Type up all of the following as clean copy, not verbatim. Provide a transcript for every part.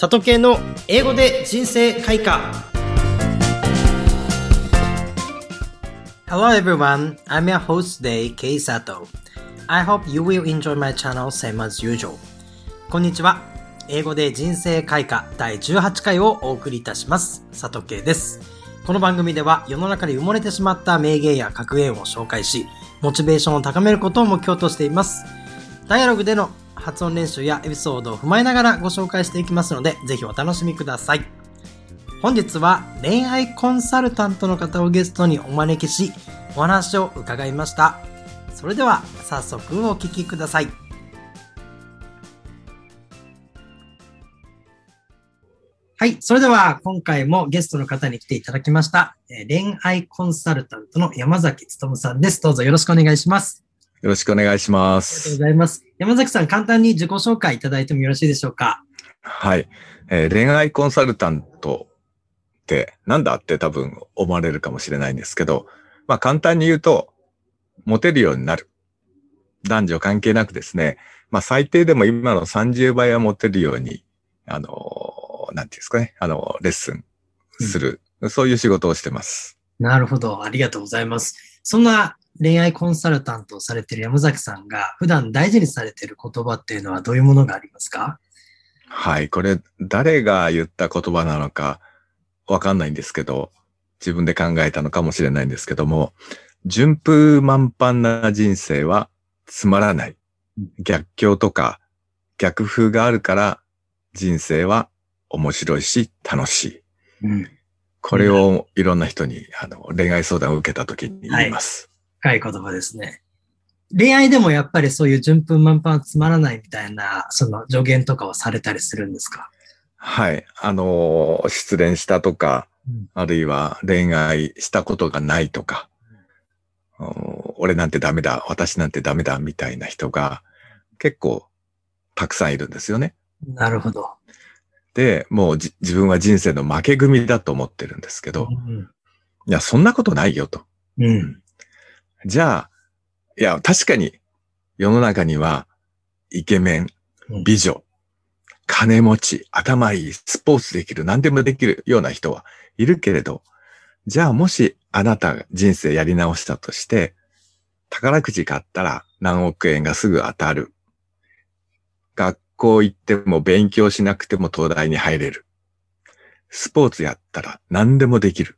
里系の英語で人生開花。 Hello everyone, I'm your host today, Kei Sato. I hope you will enjoy my channel same as usual. こんにちは。英語で人生開花第18回をお送りいたします。里系です。この番組では世の中に埋もれてしまった名言や格言を紹介し、モチベーションを高めることを目標としています。ダイアログでの発音練習やエピソードを踏まえながらご紹介していきますので、ぜひお楽しみください。本日は恋愛コンサルタントの方をゲストにお招きし、お話を伺いました。それでは早速お聞きください。はい、それでは今回もゲストの方に来ていただきました。恋愛コンサルタントの山崎努さんです。どうぞよろしくお願いします。 よろしくお願いします。 ありがとうございます。山崎さん、簡単に自己紹介いただいてもよろしいでしょうか。 はい。恋愛コンサルタントってなんだって多分思われるかもしれないんですけど、まあ簡単に言うと、モテるようになる。男女関係なくですね、まあ最低でも今の30倍はモテるように、なんていうんですかね、レッスンする、そういう仕事をしてます。 なるほど。ありがとうございます。そんな恋愛コンサルタントをされている山崎さんが普段大事にされている言葉っていうのはどういうものがありますか？ はい。これ、誰が言った言葉なのかわかんないんですけど、自分で考えたのかもしれないんですけども、順風満帆な人生はつまらない。逆境とか逆風があるから人生は面白いし楽しい。これをいろんな人に恋愛相談を受けたときに言います。 深い言葉ですね。恋愛でもやっぱりそういう順風満帆つまらないみたいな、その助言とかはされたりするんですか？ はい。失恋したとか、あるいは恋愛したことがないとか、俺なんてダメだ、私なんてダメだみたいな人が結構たくさんいるんですよね。 なるほど。 で、もう自分は人生の負け組だと思ってるんですけど、いや、そんなことないよと。じゃあ、いや、確かに世の中にはイケメン、美女、金持ち、頭いい、スポーツできる、何でもできるような人はいるけれど、じゃあもしあなたが人生やり直したとして、宝くじ買ったら何億円がすぐ当たる。学校行っても勉強しなくても東大に入れる。スポーツやったら何でもできる。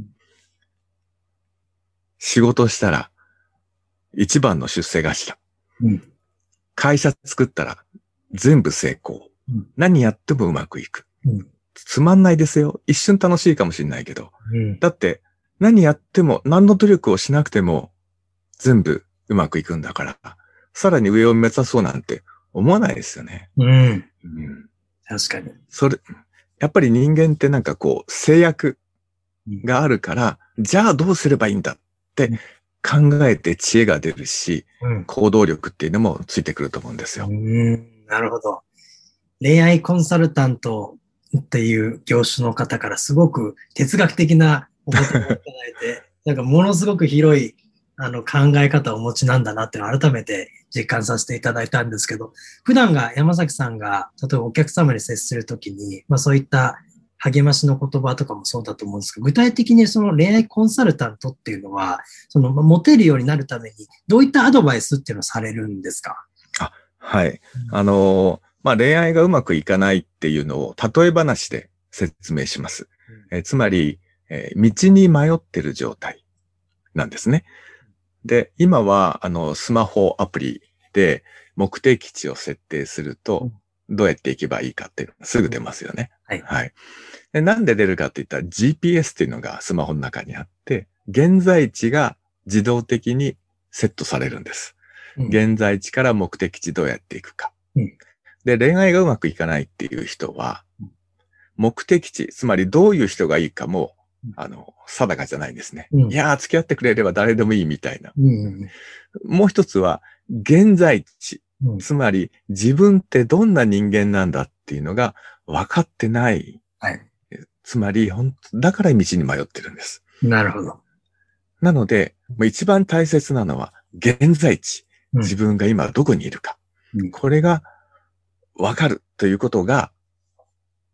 仕事したら一番の出世頭。会社作ったら全部成功。何やってもうまくいく。つまんないですよ。一瞬楽しいかもしれないけど。だって何やっても何の努力をしなくても全部うまくいくんだから、さらに上を目指そうなんて思わないですよね。 確かに。 やっぱり人間ってなんかこう制約があるから、じゃあどうすればいいんだって考えて知恵が出るし、行動力っていうのもついてくると思うんですよ。 なるほど。恋愛コンサルタントっていう業種の方からすごく哲学的なお言葉をいただいて、なんかものすごく広い考え方をお持ちなんだなっていうのを改めて実感させていただいたんですけど、普段が山崎さんが例えばお客様に接するときに、そういった励ましの言葉とかもそうだと思うんですけど、具体的にその恋愛コンサルタントっていうのは、そのモテるようになるためにどういったアドバイスっていうのをされるんですか？ はい。恋愛がうまくいかないっていうのを例え話で説明します。つまり、道に迷ってる状態なんですね。で、今は、スマホアプリで目的地を設定すると、どうやって行けばいいかっていうのがすぐ出ますよね。はい。で、なんで出るかって言ったら GPS っていうのがスマホの中にあって、現在地が自動的にセットされるんです。現在地から目的地どうやっていくか。で、恋愛がうまくいかないっていう人は、目的地、つまりどういう人がいいかも、定かじゃないんですね。いやー、付き合ってくれれば誰でもいいみたいな。もう一つは、現在地。つまり、自分ってどんな人間なんだっていうのが分かってない。つまり、だから道に迷ってるんです。 なるほど。 なので、一番大切なのは、現在地。自分が今どこにいるか。これが分かるということが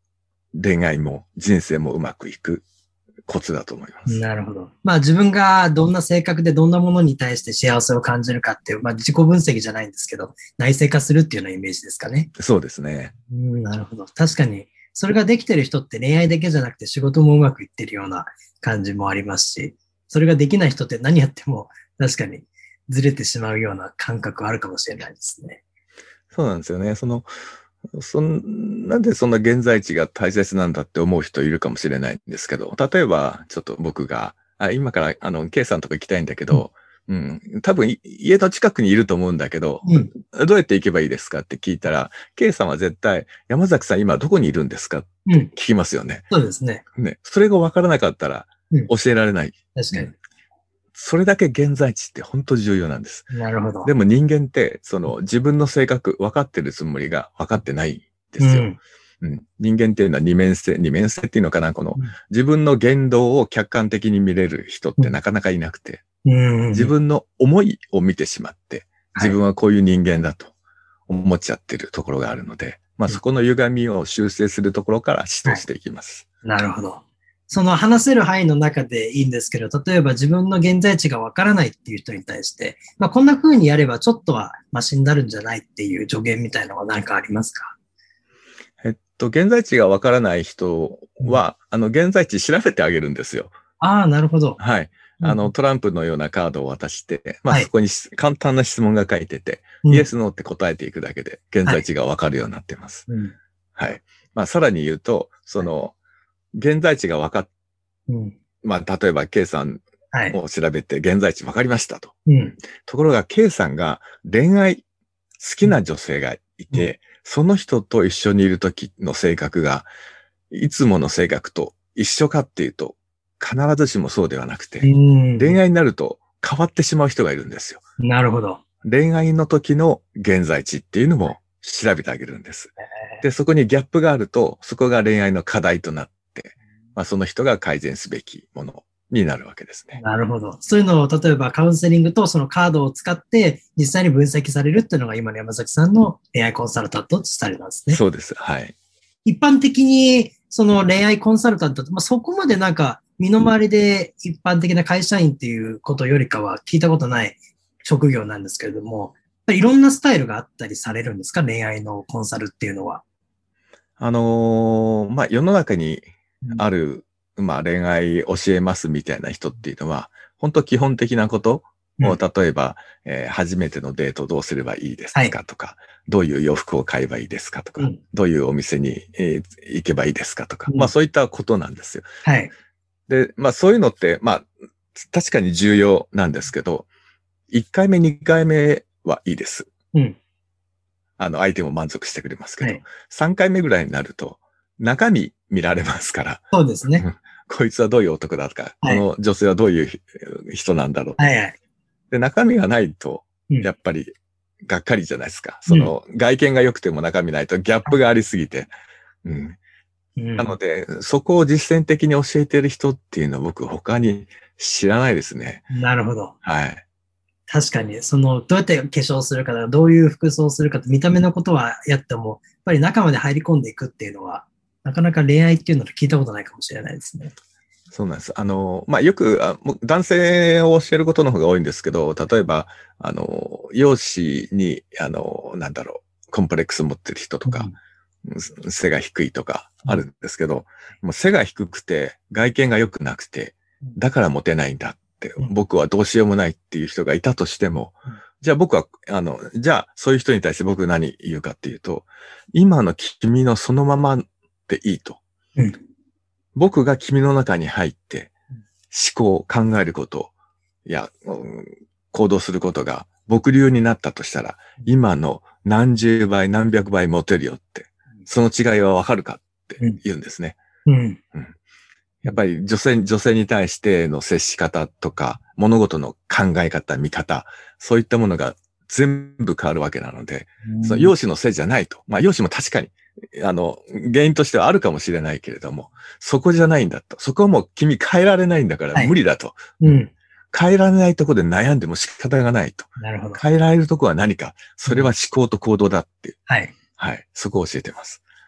恋愛も人生もうまくいくコツだと思います。 なるほど。まあ自分がどんな性格でどんなものに対して幸せを感じるかっていう、まあ自己分析じゃないんですけど、内省化するっていうようなイメージですかね。 そうですね。 なるほど。確かに、それができてる人って恋愛だけじゃなくて仕事もうまくいってるような感じもありますし、それができない人って何やっても確かにずれてしまうような感覚はあるかもしれないですね。 そうなんですよね。なんでそんな現在地が大切なんだって思う人いるかもしれないんですけど、例えば、ちょっと僕が、今から、K さんとか行きたいんだけど、多分、家の近くにいると思うんだけど、どうやって行けばいいですかって聞いたら、K さんは絶対、山崎さん今どこにいるんですかって聞きますよね。 そうですね。 それが分からなかったら、教えられない。 確かに。 それだけ現在地って本当重要なんです。 なるほど。 でも人間って、自分の性格、分かってるつもりが分かってないんですよ。人間っていうのは二面性っていうのかな、自分の言動を客観的に見れる人ってなかなかいなくて、自分の思いを見てしまって、自分はこういう人間だと思っちゃってるところがあるので、まあそこの歪みを修正するところから指導していきます。 なるほど。その話せる範囲の中でいいんですけど、例えば自分の現在地がわからないっていう人に対して、まあこんな風にやればちょっとはマシになるんじゃないっていう助言みたいなのは何かありますか？ 現在地がわからない人は、現在地調べてあげるんですよ。 ああ、なるほど。 はい。トランプのようなカードを渡して、まあそこに簡単な質問が書いてて、イエス、ノーって答えていくだけで、現在地がわかるようになっています。はい。まあさらに言うと、現在地が分かっ、まあ、例えば K さんを調べて現在地分かりましたと。ところが K さんが恋愛好きな女性がいて、その人と一緒にいる時の性格が、いつもの性格と一緒かっていうと、必ずしもそうではなくて、恋愛になると変わってしまう人がいるんですよ。 なるほど。 恋愛の時の現在地っていうのも調べてあげるんです。で、そこにギャップがあると、そこが恋愛の課題となって、まあ、その人が改善すべきものになるわけですね。 なるほど。そういうのを、例えばカウンセリングとそのカードを使って実際に分析されるっていうのが今の山崎さんの恋愛コンサルタントスタイルなんですね。 そうです。はい。 一般的にその恋愛コンサルタントって、まあ、そこまでなんか身の回りで一般的な会社員っていうことよりかは聞いたことない職業なんですけれども、いろんなスタイルがあったりされるんですか？恋愛のコンサルっていうのは。 まあ、世の中にある、まあ、恋愛教えますみたいな人っていうのは、本当基本的なことを、例えば、初めてのデートどうすればいいですかとか、どういう洋服を買えばいいですかとか、どういうお店に、行けばいいですかとか、まあそういったことなんですよ。 はい。 で、まあそういうのって、まあ、確かに重要なんですけど、1回目、2回目はいいです。相手も満足してくれますけど、3回目ぐらいになると、中身見られますから。 そうですね。 こいつはどういう男だとか、この女性はどういう人なんだろう。で、中身がないと、やっぱり、がっかりじゃないですか。外見が良くても中身ないとギャップがありすぎて。なので、そこを実践的に教えている人っていうのは僕他に知らないですね。 なるほど。 はい。 確かに、どうやって化粧するかとか、どういう服装をするかと見た目のことはやっても、やっぱり中まで入り込んでいくっていうのは、なかなか恋愛っていうのと聞いたことないかもしれないですね。 そうなんです。まあ、よく、男性を教えることの方が多いんですけど、例えば、容姿に、なんだろう、コンプレックス持ってる人とか、背が低いとかあるんですけど、もう背が低くて、外見が良くなくて、だからモテないんだって、僕はどうしようもないっていう人がいたとしても、じゃあ僕は、じゃあそういう人に対して僕何言うかっていうと、今の君のそのままでいいと。僕が君の中に入って思考、考えること、や、行動することが僕流になったとしたら、今の何十倍何百倍モテるよって、その違いはわかるかって言うんですね。やっぱり女性に対しての接し方とか、物事の考え方、見方、そういったものが全部変わるわけなので、その容姿のせいじゃないと。まあ容姿も確かに、原因としてはあるかもしれないけれども、そこじゃないんだと。そこはもう君変えられないんだから無理だと。変えられないところで悩んでも仕方がないと。 なるほど。 変えられるところは何か。それは思考と行動だって。 はい。 はい。そこを教えてます。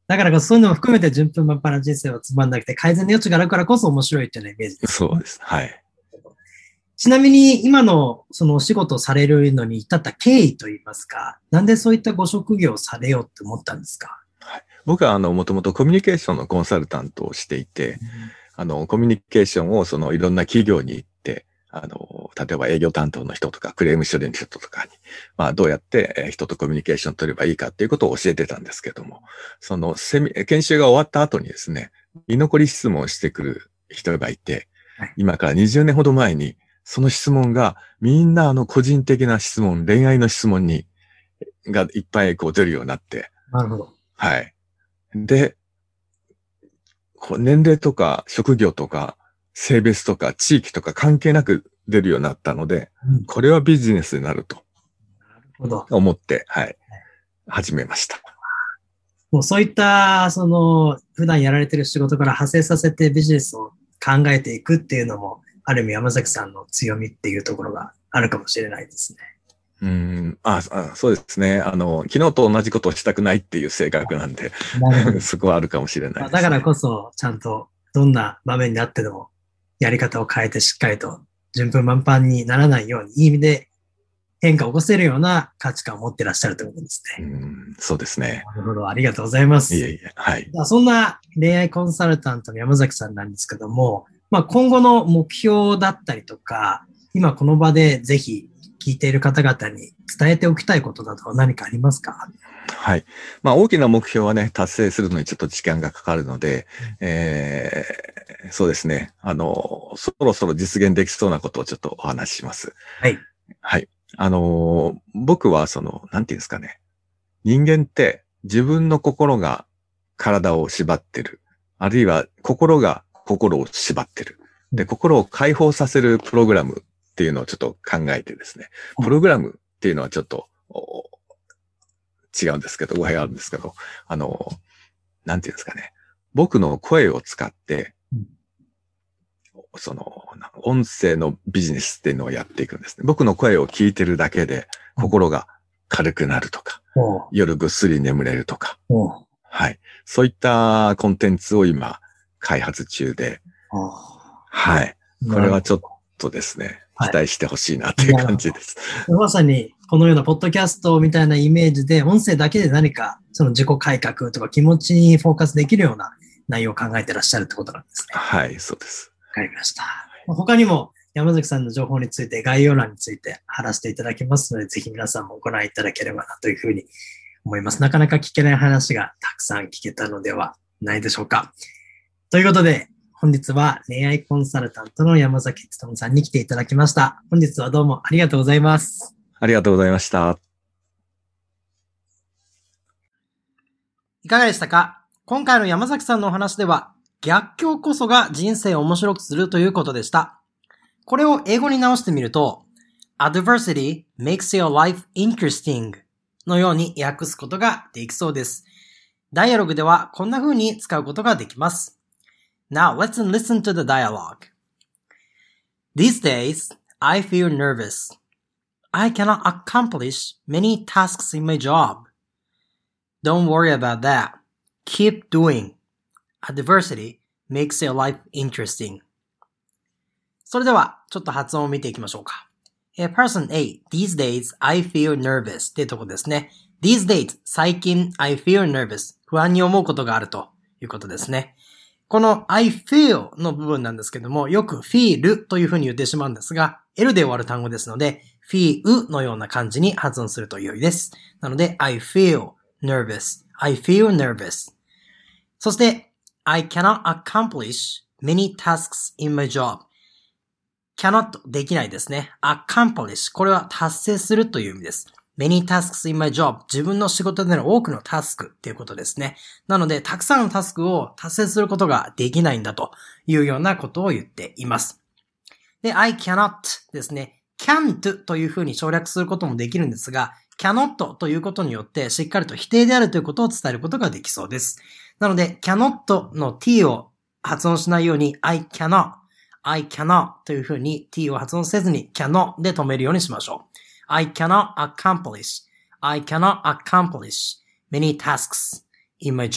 だからこそそういうのも含めて順風満帆な人生はつまんなくて改善の余地があるからこそ面白いっていうようなイメージです。 そうです。はい。 ちなみに今のそのお仕事をされるのに至った経緯といいますか、なんでそういったご職業をされようって思ったんですか？ はい、僕はもともとコミュニケーションのコンサルタントをしていて、コミュニケーションをいろんな企業に行って、例えば営業担当の人とかクレーム処理の人とかに、どうやって人とコミュニケーションを取ればいいかっていうことを教えてたんですけども、研修が終わった後にですね、居残り質問をしてくる人がいて、今から20年ほど前に、その質問がみんな個人的な質問、恋愛の質問がいっぱい出るようになって。 なるほど。 はい。で、年齢とか職業とか性別とか地域とか関係なく出るようになったので、これはビジネスになると思って、はい、始めました。 もうそういった、普段やられてる仕事から派生させてビジネスを考えていくっていうのも、ある意味山崎さんの強みっていうところがあるかもしれないですね。 そうですね。昨日と同じことをしたくないっていう性格なんで、そこはあるかもしれないですね。 だからこそ、ちゃんとどんな場面にあってでも、やり方を変えてしっかりと順風満帆にならないように、いい意味で変化を起こせるような価値観を持ってらっしゃるということですね。 そうですね。 なるほど、ありがとうございます。 いえいえ、はい。 そんな恋愛コンサルタントの山崎さんなんですけども、今後の目標だったりとか、今この場でぜひ聞いている方々に伝えておきたいことなどは何かありますか？ はい。大きな目標はね、達成するのにちょっと時間がかかるので、そうですね。そろそろ実現できそうなことをちょっとお話しします。 はい。 はい。僕はなんていうんですかね。人間って自分の心が体を縛ってる。あるいは心が心を縛ってる。で、心を解放させるプログラムっていうのをちょっと考えてですね。プログラムっていうのはちょっと違うんですけど、語弊があるんですけど、なんていうんですかね。僕の声を使って、音声のビジネスっていうのをやっていくんですね。僕の声を聞いてるだけで心が軽くなるとか、夜ぐっすり眠れるとか、はい。そういったコンテンツを今開発中で、はい。これはちょっとですね、期待してほしいなという感じです。 まさにこのようなポッドキャストみたいなイメージで、音声だけで何かその自己改革とか気持ちにフォーカスできるような内容を考えてらっしゃるってことなんですね。 はい、そうです。 わかりました。他にも山崎さんの情報について概要欄について貼らせていただきますので、ぜひ皆さんもご覧いただければなというふうに思います。なかなか聞けない話がたくさん聞けたのではないでしょうか。ということで、本日は恋愛コンサルタントの山崎努さんに来ていただきました。本日はどうもありがとうございます。 ありがとうございました。 いかがでしたか？今回の山崎さんのお話では、逆境こそが人生を面白くするということでした。これを英語に直してみると、Adversity makes your life interesting のように訳すことができそうです。ダイアログではこんな風に使うことができます。Now let's listen to the dialogue. These days, I feel nervous. I cannot accomplish many tasks in my job. Don't worry about that. Keep doing. Adversity makes your life interesting. それでは、ちょっと発音を見ていきましょうか。Person A, these days I feel nervous っていうところですね。These days, 最近 I feel nervous 不安に思うことがあるということですね。この I feel の部分なんですけども、よく feel というふうに言ってしまうんですが、L で終わる単語ですので、feel のような感じに発音すると良いです。なので、I feel nervous. I feel nervous. そして、I cannot accomplish many tasks in my job.cannot できないですね。accomplish これは達成するという意味です。many tasks in my job 自分の仕事での多くのタスクっていうことですね。なので、たくさんのタスクを達成することができないんだというようなことを言っています。で、I cannot ですね。can't というふうに省略することもできるんですが、cannot ということによってしっかりと否定であるということを伝えることができそうです。なので、cannot の t を発音しないように I cannot というふうに t を発音せずに cannot で止めるようにしましょう。I cannot accomplish many tasks in my job.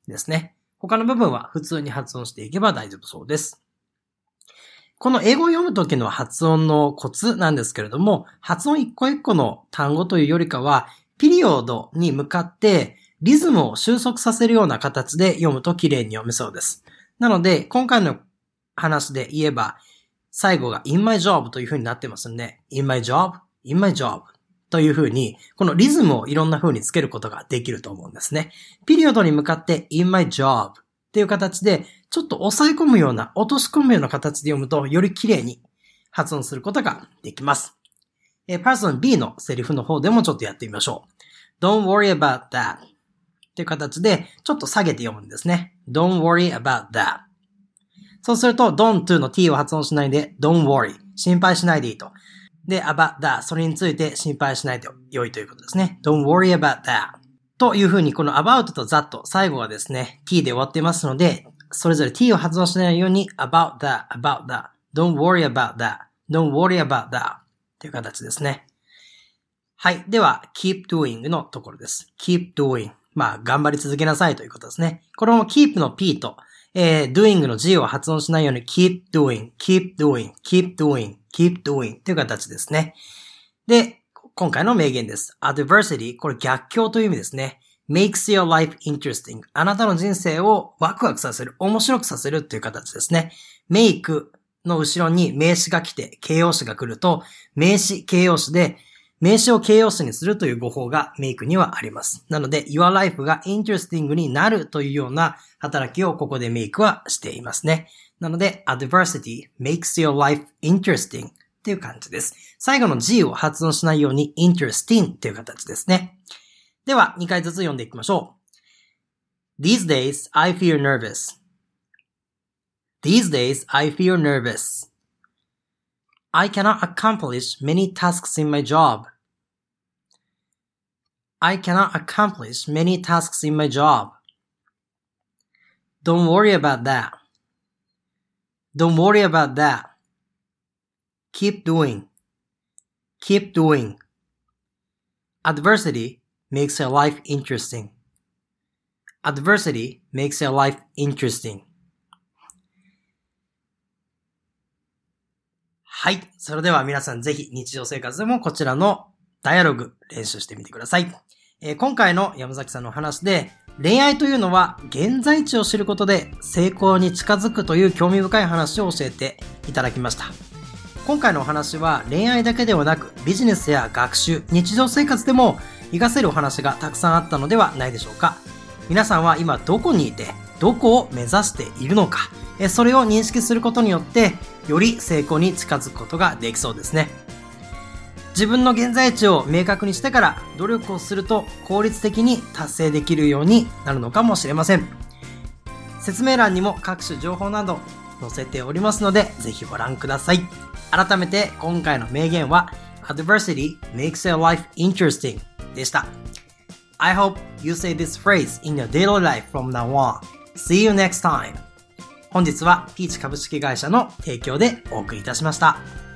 ですね。他の部分は普通に発音していけば大丈夫そうです。この英語を読むときの発音のコツなんですけれども、発音一個一個の単語というよりかは、ピリオドに向かってリズムを収束させるような形で読むと綺麗に読めそうです。なので、今回の話で言えば、最後が in my job という風になってますんで、in my job, in my job という風に、このリズムをいろんな風につけることができると思うんですね。ピリオドに向かって in my job っていう形で、ちょっと抑え込むような、落とし込むような形で読むと、より綺麗に発音することができます。パーソン B のセリフの方でもちょっとやってみましょう。Don't worry about that っていう形で、ちょっと下げて読むんですね。Don't worry about that。そうすると、don't to の t を発音しないで、don't worry。心配しないでいいと。で、about that。それについて心配しないで良いということですね。Don't worry about that。というふうに、この about と that、最後はですね、t で終わっていますので、それぞれ t を発音しないように about that。Don't worry about that。Don't worry about that。という形ですね。はい。では、keep doing のところです。keep doing。頑張り続けなさいということですね。これも keep の p と、doing の g を発音しないように keep doing、keep doing、keep doing、keep doing という形ですね。で、今回の名言です。adversity、これ逆境という意味ですね。makes your life interesting。あなたの人生をワクワクさせる、面白くさせるという形ですね。make の後ろに名詞が来て形容詞が来ると、名詞形容詞で、名詞を形容詞にするという語法が make にはあります。なので、your life が interesting になるというような働きをここで make はしていますね。なので、adversity makes your life interesting っていう感じです。最後の G を発音しないように interesting という形ですね。では、2回ずつ読んでいきましょう。These days, I feel nervous. These days, I feel nervous. I cannot accomplish many tasks in my job. I cannot accomplish many tasks in my job. Don't worry about that. Don't worry about that. Keep doing. Keep doing. Adversity makes your life interesting. Adversity makes your life interesting. はい。それでは皆さんぜひ日常生活でもこちらのダイアログ練習してみてください。今回の山崎さんの話で恋愛というのは現在地を知ることで成功に近づくという興味深い話を教えていただきました。今回のお話は恋愛だけではなくビジネスや学習、日常生活でも活かせるお話がたくさんあったのではないでしょうか。皆さんは今どこにいてどこを目指しているのか、それを認識することによってより成功に近づくことができそうですね。自分の現在地を明確にしてから努力をすると効率的に達成できるようになるのかもしれません。説明欄にも各種情報など載せておりますのでぜひご覧ください。改めて今回の名言は Adversity makes your life interesting でした。I hope you say this phrase in your daily life from now on. See you next time. 本日はピーチ株式会社の提供でお送りいたしました。